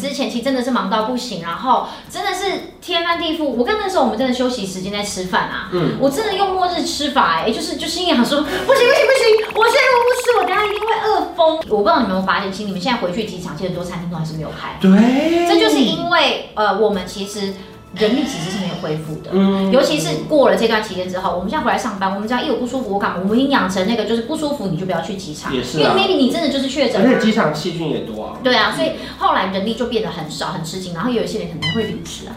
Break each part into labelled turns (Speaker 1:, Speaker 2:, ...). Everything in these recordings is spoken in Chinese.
Speaker 1: 之前其实真的是忙到不行，然后真的是天翻地覆。我跟那时候我们真的休息时间在吃饭啊，我真的用末日吃法，就是心里想说，不行，我现在如果不吃，我等下一定会饿疯。我不知道你们有没有发现，其实你们现在回去机场，其实很多餐厅都还是没有开。
Speaker 2: 对，
Speaker 1: 这就是因为我们其实。人力其实是没有恢复的，尤其是过了这段期间之后，我们现在回来上班，我们只要一有不舒服，我们已经养成那个就是不舒服你就不要去机场，
Speaker 2: 也是
Speaker 1: 因为 maybe 你真的就是确诊，
Speaker 2: 而且机场细菌也多啊。
Speaker 1: 对啊，所以后来人力就变得很少，很吃紧，然后有一些人可能会离职啊。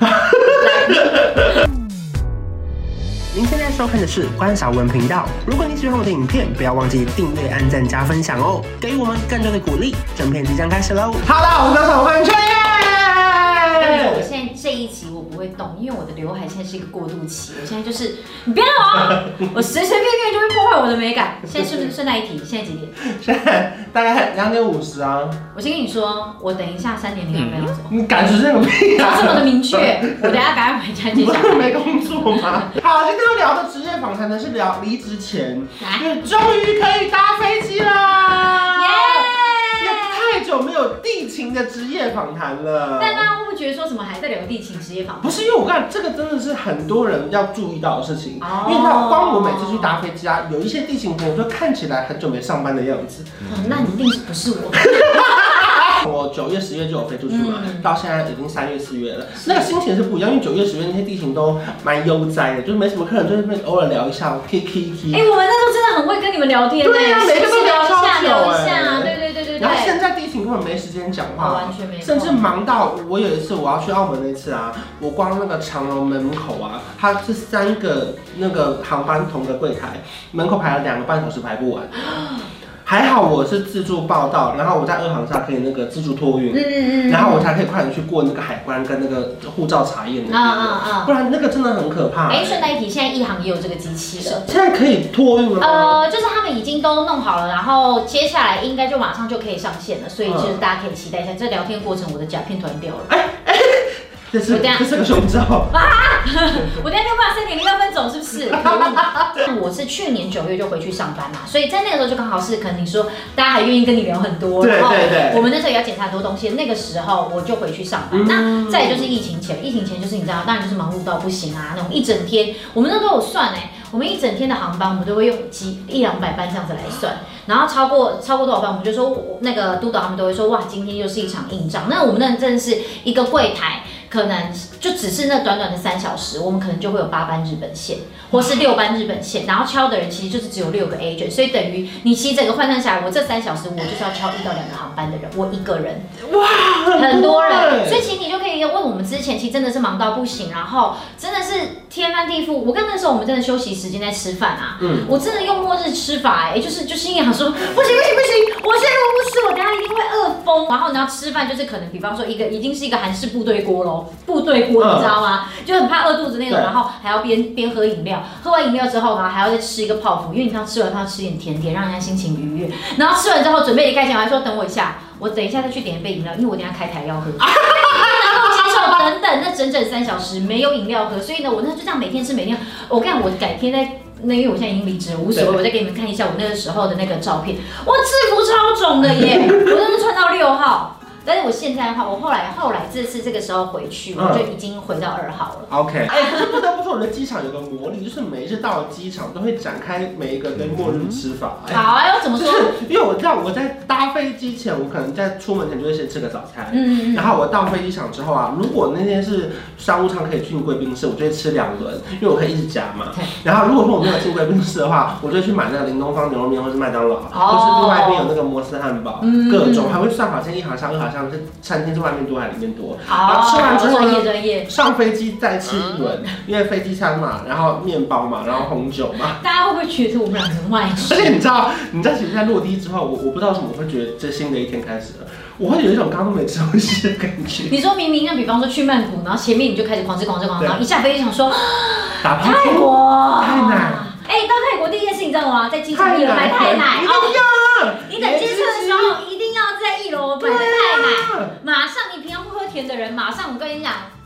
Speaker 2: 您现在收看的是关少文频道。如果你喜欢我的影片，不要忘记订阅、按赞、加分享哦，给予我们更多的鼓励。整片即将开始喽！好了，我们关少文吹。
Speaker 1: 我现在这一集我不会动，因为我的刘海现在是一个过渡期，我现在就是你不要我，我随便就会破坏我的美感。现在是不是顺带一提？现在几点？
Speaker 2: 现在大概2:50啊。我
Speaker 1: 先跟你说，我等一下3:02要走。
Speaker 2: 你赶时间个屁啊！
Speaker 1: 这么的明确，我等一下赶快回家接小孩。
Speaker 2: 没工作吗？好，今天要聊的职业访谈呢是聊离职前，就是终于可以搭飞机啦！耶！太久没有地勤的职业访谈了。
Speaker 1: 但大家会不会觉得说什么还在聊地勤职业访谈？
Speaker 2: 不是，因为我看这个真的是很多人要注意到的事情。因为你知道，光我每次去搭飞机啊，有一些地勤朋友就看起来很久没上班的样子。
Speaker 1: 那你一定不是我。
Speaker 2: 我9月、10月就有飞出去嘛，到现在已经3月、4月了，那个心情是不一样。因为9月、10月那些地勤都蛮悠哉的，就是没什么客人，就是偶尔聊一下 ，K。
Speaker 1: 我们那时候真的很会跟你们聊天。对啊，
Speaker 2: 每个都聊超久
Speaker 1: 对。
Speaker 2: 然后现在地勤根本没时间讲话，
Speaker 1: 完全没，
Speaker 2: 甚至忙到我有一次我要去澳门那次啊，我光那个长荣门口啊，它是3个那个航班同个柜台，门口排了2个半小时排不完。还好我是自助报到，然后我在2航上可以那个自助托运，然后我才可以快点去过那个海关跟那个护照查验不然那个真的很可怕。
Speaker 1: 顺带一提，现在1航也有这个机器了，
Speaker 2: 现在可以托运了吗？
Speaker 1: 就是他们已经都弄好了，然后接下来应该就马上就可以上线了，所以就是大家可以期待一下。这聊天过程我的甲片突然掉了，这是
Speaker 2: 个胸罩
Speaker 1: 啊！我等下就把3:02分走，是不是？我是去年9月就回去上班嘛，所以在那个时候就刚好是可能你说大家还愿意跟你聊很多，
Speaker 2: 对。
Speaker 1: 我们那时候也要检查很多东西，那个时候我就回去上班。那再就是疫情前就是你知道，当然就是忙碌到不行啊，那种一整天，我们那都有算我们一整天的航班，我们都会用100-200班这样子来算，然后超过多少班，我们就说那个督导他们都会说，哇，今天又是一场硬仗。那我们那真的是一个柜台。可能就只是那短短的3小时，我们可能就会有8班日本线，或是6班日本线，然后敲的人其实就是只有6个 agent， 所以等于你其实整个换算下来，我这3小时我就是要敲1到2个航班的人，我一个人，哇，很多人，所以其实你就可以问我们之前其实真的是忙到不行，然后真的是天翻地覆。我跟那时候我们真的休息时间在吃饭啊，我真的用末日吃法，就是心里想说，不行，我现在如果不吃，我等下一定会饿疯。然后你要吃饭，就是可能比方说已经是一个韩式部队锅喽。部队锅你知道吗？就很怕饿肚子那种，然后还要边喝饮料，喝完饮料之后，然后还要再吃一个泡芙，因为你刚吃完要吃点甜，让人家心情愉悦。然后吃完之后准备离开前，我还说等我一下，我等一下再去点一杯饮料，因为我等一下开台要喝。不能够接受等那整3小时没有饮料喝，所以呢，我那就这样每天吃。我看我改天再。那因为我现在已经离职了，无所谓，我再给你们看一下我那个时候的那个照片，我制服超肿的耶，我真的穿到6号。但是我现在的话，我后来这次这个时候回去，我就已经回到2号了。
Speaker 2: OK， 可是不得不说，我的机场有个魔力，就是每一次到了机场都会展开每一个跟末日吃法。
Speaker 1: 好，要怎么说？
Speaker 2: 因为我知道我在搭飞机前，我可能在出门前就会先吃个早餐。然后我到飞机场之后啊，如果那天是商务舱可以进贵宾室，我就会吃2轮，因为我可以一直夹嘛。然后如果说我没有进贵宾室的话，我就会去买那个林东方牛肉面，或是麦当劳，或是另外一边有那个摩斯汉堡，各种还会算好，先1航上2航上是餐厅是外面多还是里面多？然后吃完之后呢，上飞机再吃1轮，因为飞机餐嘛，然后面包嘛，然后红酒嘛。
Speaker 1: 大家会不会觉得我们两个很外食？
Speaker 2: 而且你知道其实在落地之后，我不知道为什么我会觉得这新的一天开始了，我会有一种刚刚都没吃东西的感觉。
Speaker 1: 你说明明像比方说去曼谷，然后前面你就开始狂吃，然后一下飞机想说
Speaker 2: 泰
Speaker 1: 国
Speaker 2: 太奶。
Speaker 1: 到泰国第一件事你知道吗？在机场1楼买泰奶，
Speaker 2: 一定要。
Speaker 1: 你等接车的时候一定要在1楼买泰奶，马上你平常不喝甜的人，马上我跟你讲，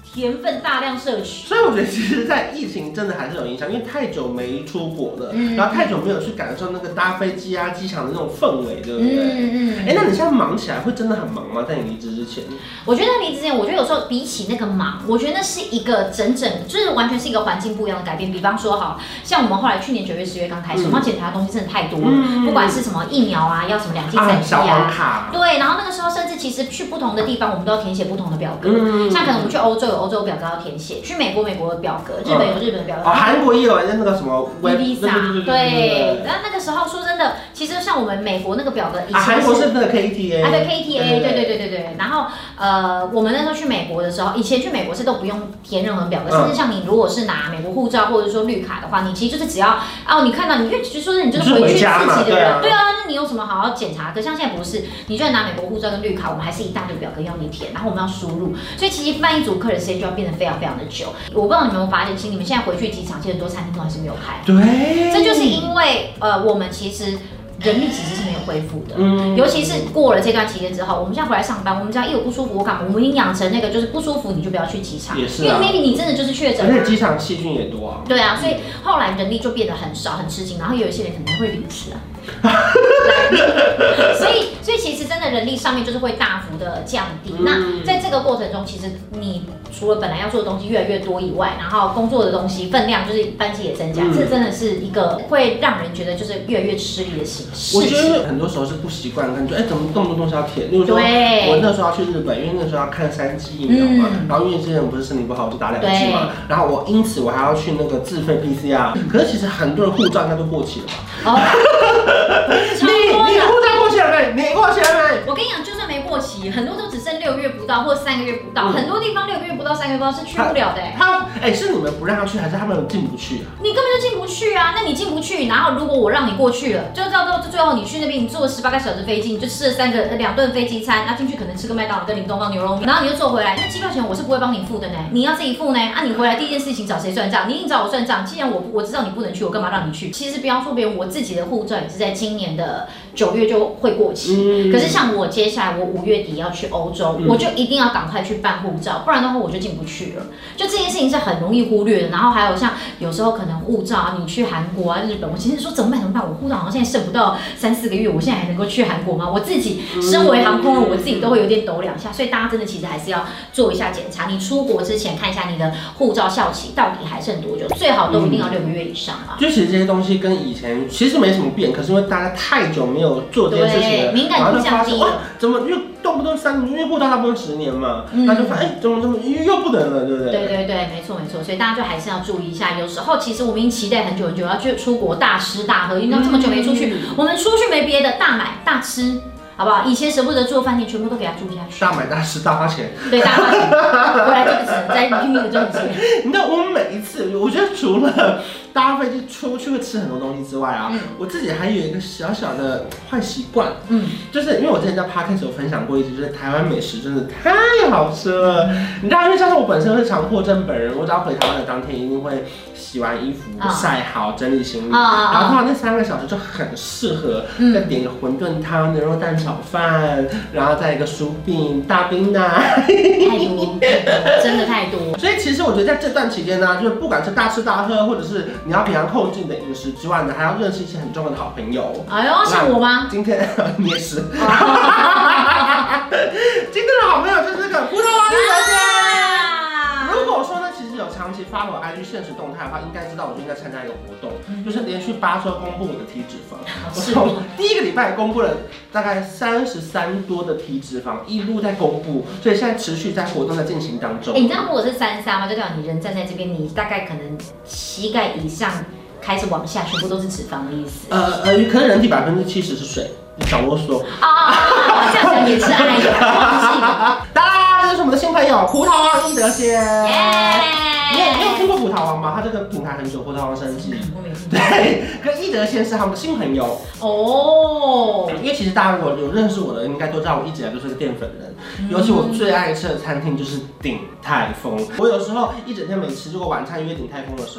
Speaker 1: 甜分大量摄取。
Speaker 2: 所以我觉得其实，在疫情真的还是有影响，因为太久没出国了，然后太久没有去感受那个搭飞机啊、机场的那种氛围，对不对？那你现在忙起来会真的很忙吗？在你离职之前？
Speaker 1: 我觉得离职之前，我觉得有时候比起那个忙，我觉得那是一个就是完全是一个环境不一样的改变。比方说，像我们后来去年9月、10月刚开始，我们要检查的东西真的太多了，不管是什么疫苗啊，要什么2剂、3剂啊，对，然后那个时候甚至其实去不同的地方，我们都要填写不同的表格，像可能我们去欧洲有欧洲表格要填写，去美国的表格，日本有日本的表格，
Speaker 2: 韩国也有那个什么
Speaker 1: visa， 对，那个时候说真的，其实像我们美国那个表格，以前
Speaker 2: 韩国是那个 KTA，
Speaker 1: 对 KTA， 对，然后我们那时候去美国的时候，以前去美国是都不用填任何表格，甚至像你如果是拿美国护照或者说绿卡的话，你其实就是只要你看到你，因为就说你就是回去自己的人，对啊，那你有什么好检查？可像现在不是，你就算拿美国护照跟绿卡，我们还是一大堆表格要你填，然后我们要输入，所以其实办一组客人时间就要变得非常非常的久。我不知道你们有没有发现，其实你们现在回去机场，其实很多餐厅都还是没有开。
Speaker 2: 对，
Speaker 1: 这就是因为我们其实人力其实是没有恢复的，尤其是过了这段期间之后，我们现在回来上班，我们只要一有不舒服，我们已经养成那个就是不舒服你就不要去机场，
Speaker 2: 也是
Speaker 1: 因为 maybe 你真的就是确诊，
Speaker 2: 而且机场细菌也多啊。
Speaker 1: 对啊，所以后来人力就变得很少，很吃紧，然后有一些人可能会离职啊。所以其实真的人力上面就是会大幅的降低。那在这个过程中，其实你除了本来要做的东西越来越多以外，然后工作的东西分量就是班级也增加，这真的是一个会让人觉得就是越来越吃力的事情。
Speaker 2: 我觉得很多时候是不习惯，跟怎么这么多东西要填。例如说，我那时候要去日本，因为那时候要看3剂疫苗嘛，然后因为之前不是身体不好，我就打2剂嘛，然后因此我还要去那个自费 PCR。可是其实很多人护照应该都过期了吧？你护照过期了没？你过期了没？
Speaker 1: 我跟你讲，就算没过期，很多都只剩6个月不到或3个月不到，很多地方6个月不到、3个月不到是去不了的。
Speaker 2: 是你们不让他去，还是他们进不去啊？
Speaker 1: 你根本就进不去啊！那你进不去，然后如果我让你过去了，就到最后你去那边，你坐了18个小时飞机，你就吃了2顿飞机餐，那进去可能吃个麦当劳跟林东方牛肉面，然后你就坐回来，那机票钱我是不会帮你付的呢，你要自己付呢。你回来第一件事情找谁算账？你一定找我算账。既然我知道你不能去，我干嘛让你去？其实不要说别人，我自己的护照也是在今年的9月就会过期。可是像我接下来我5月底要去欧洲，我就一定要赶快去办护照，不然的话我就进不去了。就这件事情是很容易忽略的。然后还有像有时候可能护照你去韩国啊、日本，我其实说怎么办？我护照好像现在剩不到3-4个月，我现在还能够去韩国吗？我自己身为航空人，我自己都会有点抖2下。所以大家真的其实还是要做一下检查。你出国之前看一下你的护照效期到底还剩多久，最好都一定要6个月以上啊。
Speaker 2: 就其实这些东西跟以前其实没什么变，可是因为大家太久没有做这件事情了，
Speaker 1: 敏感度降低了。
Speaker 2: 怎么又动不动3年？因为护照差不多10年嘛，那就发现怎么又不能了，对不对？
Speaker 1: 对，没错。所以大家就还是要注意一下。有时候其实我们已经期待很久要去出国大吃大喝，因为这么久没出去，我们出去没别的，大买大吃。好不好？以前舍不得住饭店，全部都给他住下去。
Speaker 2: 大买大吃大花钱。
Speaker 1: 对，大花钱，回来就只能在拼命的赚钱。
Speaker 2: 你知道我们每一次，我觉得除了搭飞机出去会吃很多东西之外啊，我自己还有一个小小的坏习惯，就是因为我之前在 Podcast 有分享过一集，就是台湾美食真的太好吃了。你知道，因为像是我本身是强迫症本人，我只要回台湾的当天一定会洗完衣服、晒好、整理行李，然后通常那3个小时就很适合再点个馄饨汤、牛肉蛋炒饭，然后再一个薯饼、大冰奶，
Speaker 1: 太多，真的太多。
Speaker 2: 所以其实我觉得在这段期间呢，就是不管是大吃大喝，或者是你要平常控制你的饮食之外呢，还要认识一些很重要的好朋友。
Speaker 1: 哎呦，像我吗？
Speaker 2: 今天你也是。今天的好朋友就是那个葡萄王一德先。如果说呢，其实有长期发我 IG 现实动态的话，应该知道我就应该参加一个活动，就是连续8周公布我的体脂肪。我从第1个礼拜公布了大概33多的体脂肪，一路在公布，所以现在持续在活动在进行当中。
Speaker 1: 你知道如果是33吗？就代表你人站在这边，你大概可能膝盖以上开始往下，全部都是脂肪的意思。
Speaker 2: 可能人体70%是水。小啰嗦
Speaker 1: 啊，这样讲也是爱的，忘记了。
Speaker 2: 当然，这就是我们的新朋友葡萄王一德先。你有听过葡萄王吗？他这个品牌很久，葡萄王生技。对，跟一德先是他们的新朋友哦。因为其实大家如果有认识我的，应该都知道我一直以来都是个淀粉人。尤其我最爱吃的餐厅就是鼎泰丰。我有时候一整天没吃，如果晚餐约鼎泰丰的时候，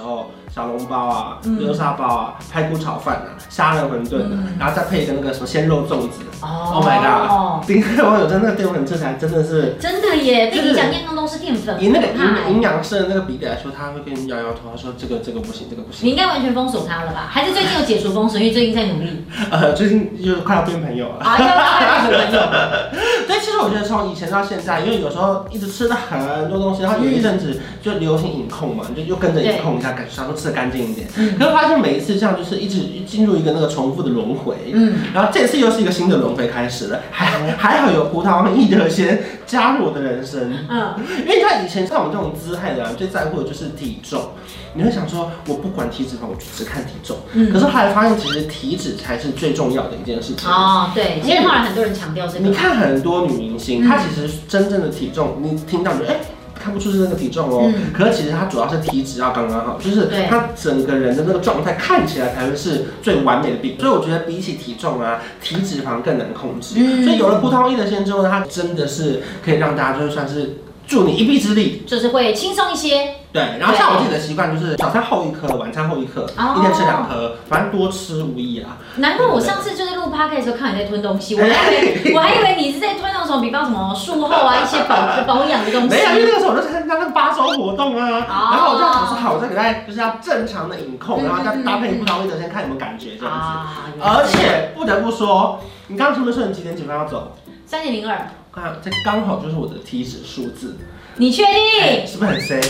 Speaker 2: 小笼包啊、流沙包啊、排骨炒饭啊、虾仁馄饨啊，然后再配一个那个什么鲜肉粽子。Oh my god！ 顶客网友真的淀粉吃起来真的是
Speaker 1: 真的耶，被你讲样样都是淀粉。
Speaker 2: 以那个营养师的那个比例来说，他会跟你摇摇头，他说这个不行，这个不行。
Speaker 1: 你应该完全封锁他了吧？还是最近有解除封锁？因为最近在努力。
Speaker 2: 最近就快要变朋友了。
Speaker 1: 啊，要变朋友。
Speaker 2: 对，其实我觉得从以前到现在，因为有时候一直吃了很多东西，然后有一阵子就流行饮控嘛，就又跟着饮控一下，想说吃得干净一点。可是发现每一次这样就是一直进入一个那个重复的轮回。然后这次又是一个新的轮回开始了，还好有葡萄王益德先加入我的人生。因为他以前像我们这种姿态的人，最在乎的就是体重。你会想说，我不管体脂肪，我就只看体重。可是后来发现，其实体脂才是最重要的一件事情。
Speaker 1: 哦，对，其实后来很多人强调这个。
Speaker 2: 你看很多女明星，她其实真正的体重，你听到就看不出是那个体重哦。可是其实她主要是体脂要刚刚好，就是她整个人的那个状态看起来才会是最完美的比。所以我觉得比起体重啊，体脂肪更难控制。所以有了葡萄益德先之后呢，它真的是可以让大家就是算是助你一臂之力，
Speaker 1: 就是会轻松一些。
Speaker 2: 对，然后像我自己的习惯就是早餐后1颗，晚餐后1颗，一天吃2颗，反正多吃无益啊。
Speaker 1: 难怪我上次就是录 podcast 的时候看你在吞东西，我还以为你是在吞那种比方什么术后啊一些保养的东西。
Speaker 2: 没有，因为那个时候我就参加那个8周活动啊，然后我就想说好，我这个礼拜就是要正常的饮控，然后再搭配葡萄益德先看有没有感觉这样子。而且不得不说，你刚刚是不是说你几分要走
Speaker 1: ？3.02。
Speaker 2: 这刚好就是我的体脂数字。
Speaker 1: 你确定？
Speaker 2: 是不是很 C？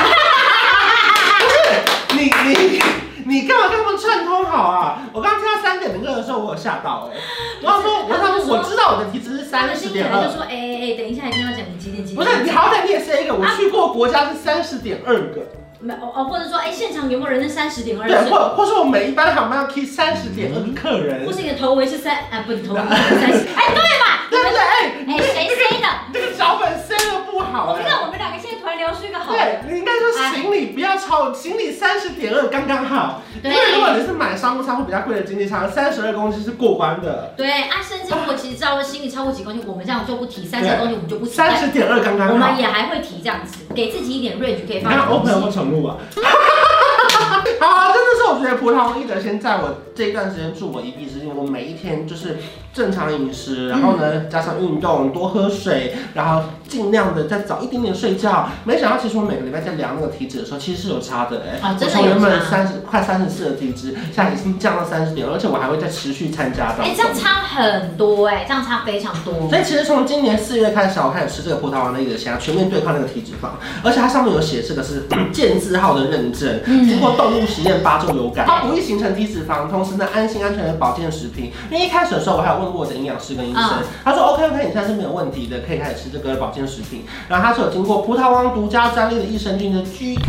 Speaker 2: 不是你干嘛跟他们串通好啊？我刚刚听到3.02的时候，我有吓到我知道我的体脂是30.2。
Speaker 1: 就说等一下一定要讲你几点。
Speaker 2: 不是，你好歹你也是一个，我去过国家是30.2个。
Speaker 1: 或者说，现场有没有人是30.2？
Speaker 2: 对，或是我每一班航班要 key 30.2个客人，
Speaker 1: 或是你的头围是不是头围是30？对嘛？
Speaker 2: 对不对？
Speaker 1: 谁 C 的？
Speaker 2: 这个脚本 C 的不好。
Speaker 1: 我知道我们2个现在突然聊出一个好的。
Speaker 2: 对，你应该说行李不要超，行李30.2刚刚好。因为如果你是买商务舱或比较贵的经济舱，32公斤是过关的。
Speaker 1: 对甚至如果其实照行李超过几公斤，我们这样就不提，30公斤我们就不提。
Speaker 2: 30.2刚刚好。
Speaker 1: 我们也还会提这样子，给自己一点 range 可以放。
Speaker 2: 你看 open 或宠物啊。好，真的是我觉得葡萄王益德先在我这一段时间助我一臂之力。我每一天就是正常饮食，然后呢加上运动，多喝水，然后尽量的再早一点点睡觉。没想到其实我每个礼拜在量那个体脂的时候，其实是有差的我从原本快34的体脂，现在已经降到30.2，而且我还会再持续参加到。
Speaker 1: 这样差很多这样差非常多。
Speaker 2: 所以其实从今年4月开始，我开始吃这个葡萄王的益德先，全面对抗那个体脂肪，而且它上面有写这个是健字号的认证，经过动物实验8周有感，它不易形成体脂肪，同时呢安心安全的保健食品。因为一开始的时候我还有问过我的营养师跟医生，他说 OK， 你现在是没有问题的，可以开始吃这个保健食品。然后它是有经过葡萄王独家专利的益生菌的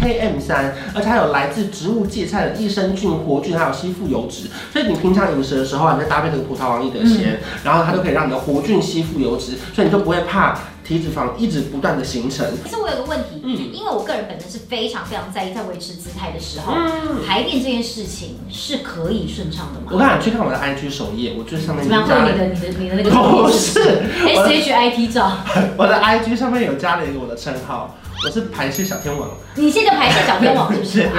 Speaker 2: GKM3，而且还有来自植物芥菜的益生菌活菌，还有吸附油脂。所以你平常饮食的时候你再搭配这个葡萄王益德先，然后它就可以让你的活菌吸附油脂，所以你就不会怕体脂肪一直不断的形成。
Speaker 1: 可是我有个问题，因为我个人本身是非常在意在维持姿态的时候，排便这件事情是可以顺畅的吗？
Speaker 2: 我刚才去看我的 IG 首页，我最上面
Speaker 1: 怎么样？你的那个
Speaker 2: 不是
Speaker 1: SHIT 照，
Speaker 2: 我的 IG 上面有加了一个我的称号，我是排泄小天王。
Speaker 1: 你现在排泄小天王是不是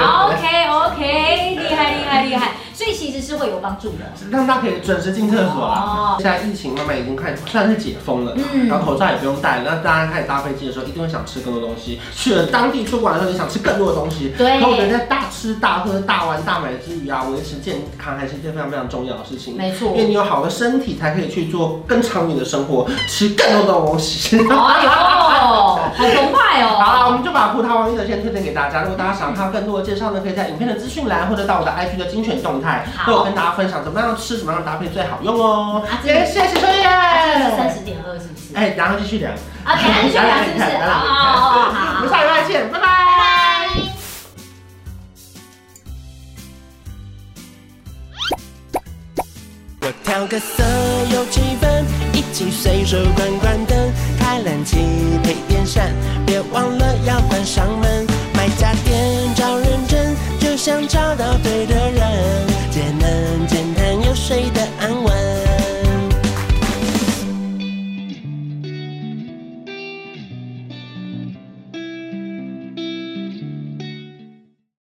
Speaker 1: ？OK， 厉害。所以其实是会有帮助的，
Speaker 2: 让大家可以准时进厕所啦。现在疫情慢慢已经快算是解封了，然后口罩也不用戴了，那大家开始搭飞机的时候一定会想吃更多东西。去了当地出馆的时候，你想吃更多的东西。
Speaker 1: 对。
Speaker 2: 可我觉得在大吃大喝大玩大买之余维持健康还是一件非常非常重要的事情。
Speaker 1: 没错。
Speaker 2: 因为你有好的身体，才可以去做更长远的生活，吃更多的东西。
Speaker 1: 好澎湃哦！
Speaker 2: 好了，我们就把葡萄王益德先推荐给大家。如果大家想看到更多的介绍呢，可以在影片的资讯栏或者到我的 IG 的精选动态。都有跟大家分享怎么样吃，怎么样搭配最好用哦。谢谢秋叶。
Speaker 1: 这是30.2是不是？
Speaker 2: 然后继续聊。
Speaker 1: 等一下继续聊是不是？好。
Speaker 2: 我们下礼拜见，拜拜。
Speaker 3: 我调个色有气氛，一起随手关关灯，开冷气配电扇，别忘了要关上门。买家电找认真，就像找到对的人，节能减碳又睡得安稳。